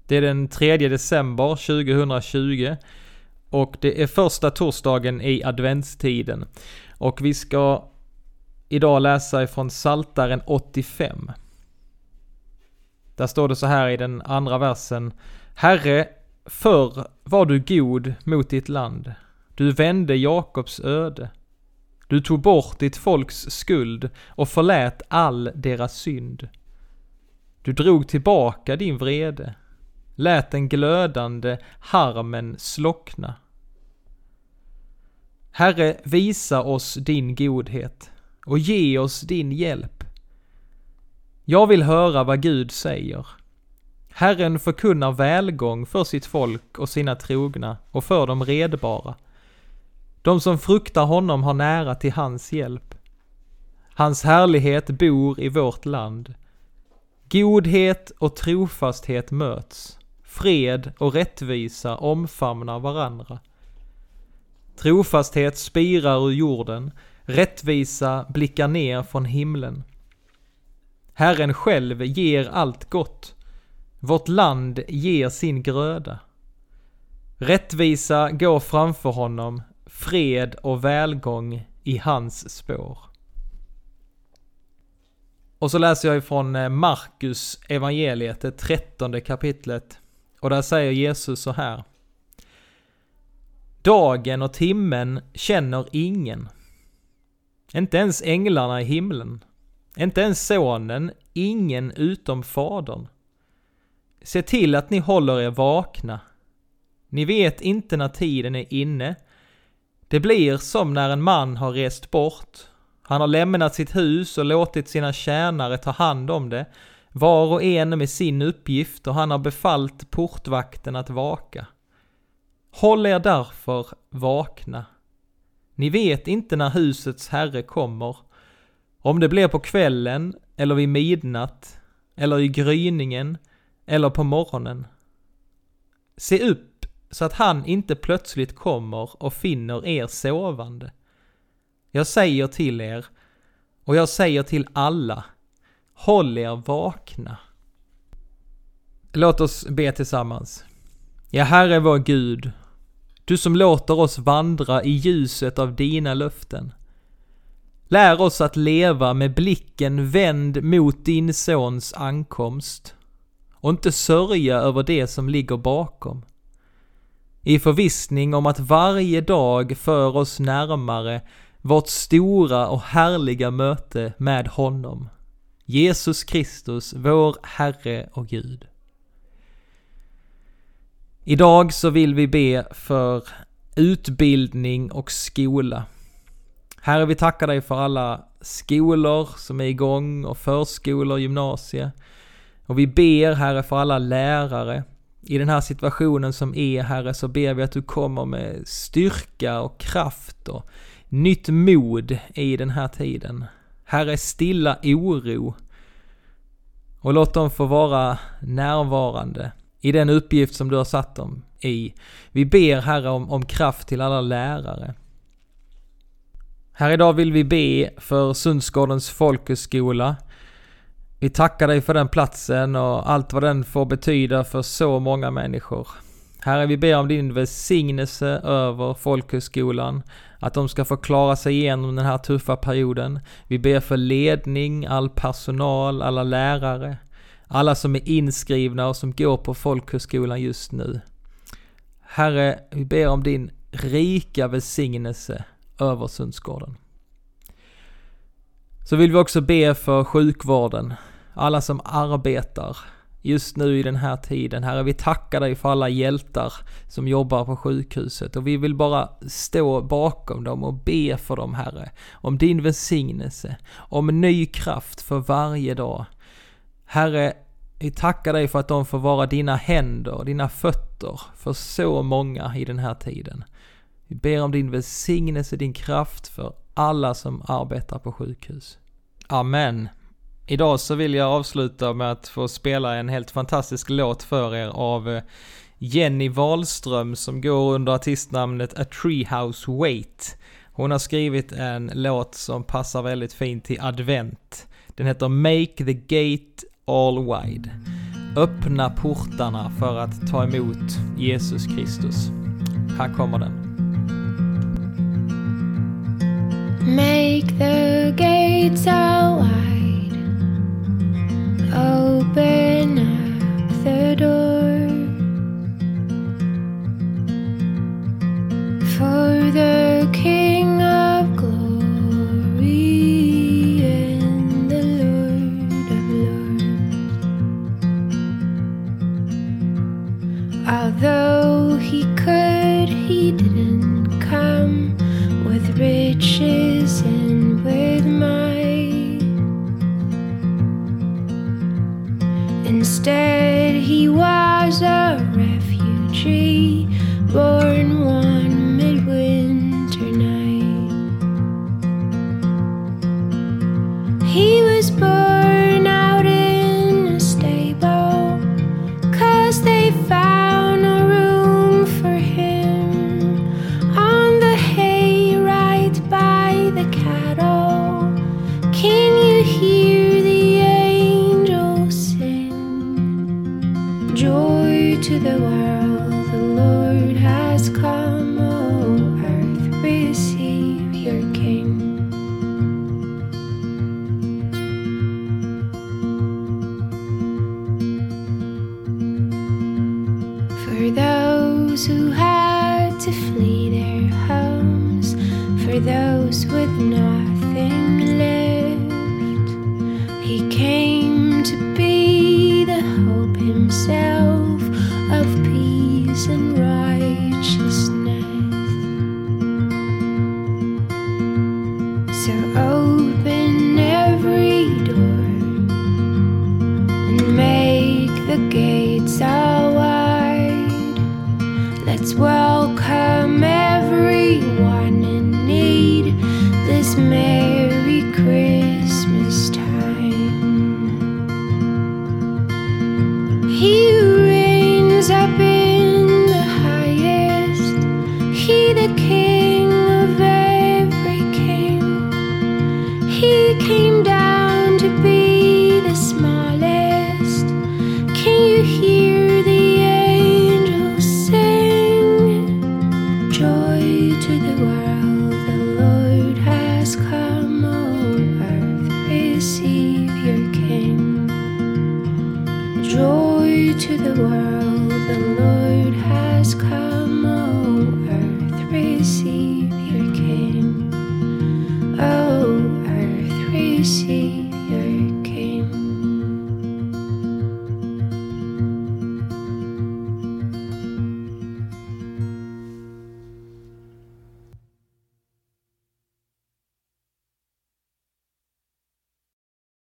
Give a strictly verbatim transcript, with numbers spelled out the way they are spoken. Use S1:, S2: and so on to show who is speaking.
S1: Det är den tredje december tjugohundratjugo och det är första torsdagen i adventstiden. Och vi ska idag läsa ifrån Psaltaren åttiofem. Där står det så här i den andra versen: Herre, förr var du god mot ditt land. Du vände Jakobs öde. Du tog bort ditt folks skuld och förlät all deras synd. Du drog tillbaka din vrede. Lät den glödande harmen slockna. Herre, visa oss din godhet och ge oss din hjälp. Jag vill höra vad Gud säger. Herren förkunnar välgång för sitt folk och sina trogna och för de redbara. De som fruktar honom har nära till hans hjälp. Hans härlighet bor i vårt land. Godhet och trofasthet möts. Fred och rättvisa omfamnar varandra. Trofasthet spirar ur jorden. Rättvisa blickar ner från himlen. Herren själv ger allt gott. Vårt land ger sin gröda. Rättvisa går framför honom. Fred och välgång i hans spår. Och så läser jag ifrån Markus evangeliet, det trettonde kapitlet. Och där säger Jesus så här: Dagen och timmen känner ingen. Inte ens änglarna i himlen. Inte ens sonen, ingen utom fadern. Se till att ni håller er vakna. Ni vet inte när tiden är inne. Det blir som när en man har rest bort. Han har lämnat sitt hus och låtit sina tjänare ta hand om det, var och en med sin uppgift, och han har befallt portvakten att vaka. Håll er därför vakna. Ni vet inte när husets herre kommer, om det blir på kvällen eller vid midnatt eller i gryningen eller på morgonen. Se upp så att han inte plötsligt kommer och finner er sovande. Jag säger till er, och jag säger till alla, håll er vakna. Låt oss be tillsammans. Ja, Herre vår Gud, du som låter oss vandra i ljuset av dina löften. Lär oss att leva med blicken vänd mot din sons ankomst och inte sörja över det som ligger bakom. I förvissning om att varje dag för oss närmare vårt stora och härliga möte med honom, Jesus Kristus, vår Herre och Gud. Idag så vill vi be för utbildning och skola. Herre, vi tackar dig för alla skolor som är igång och förskolor och gymnasier. Och vi ber, Herre, för alla lärare. I den här situationen som är, Herre, så ber vi att du kommer med styrka och kraft och nytt mod i den här tiden. Herre, stilla oro och låt dem få vara närvarande i den uppgift som du har satt dem i. Vi ber, Herre, om, om kraft till alla lärare. Här idag vill vi be för Sundsgårdens folkhögskola. Vi tackar dig för den platsen och allt vad den får betyda för så många människor. Herre, vi ber om din välsignelse över folkhögskolan, att de ska få klara sig igenom den här tuffa perioden. Vi ber för ledning, all personal, alla lärare, alla som är inskrivna och som går på folkhögskolan just nu. Herre, vi ber om din rika välsignelse över Sundsgården. Så vill vi också be för sjukvården, alla som arbetar just nu i den här tiden. Herre, vi tackar dig för alla hjältar som jobbar på sjukhuset, och vi vill bara stå bakom dem och be för dem, Herre, om din välsignelse, om ny kraft för varje dag. Herre, vi tackar dig för att de får vara dina händer, dina fötter för så många i den här tiden. Vi ber om din välsignelse, din kraft för alla som arbetar på sjukhus. Amen. Idag så vill jag avsluta med att få spela en helt fantastisk låt för er av Jenny Wahlström som går under artistnamnet A Treehouse Wait. Hon har skrivit en låt som passar väldigt fint till advent. Den heter Make the Gate All Wide. öppna portarna för att ta emot Jesus Kristus. Här kommer den.
S2: Make the gates all wide, open up the door, for the King of glory and the Lord of lords. Although he could, he didn't come with riches and with might. Instead, he was a refugee, born one midwinter night. He was born out in a stable, 'cause they found a room for him on the hay right by the cattle. Can you hear the angels sing? Joy to the world, the Lord has come, oh earth, receive your King. For those who had to flee their homes, for those with nothing left, he came to be the hope himself of peace and righteousness. So open every door and make the gates all wide. Let's welcome everyone in need this Merry Christmas time. He who reigns up in the highest, he the King of every king. He came down to be the smallest. Can you hear the angels sing? Joy to the world, the Lord has come, oh earth, receive your King. Joy to the world, the Lord has come.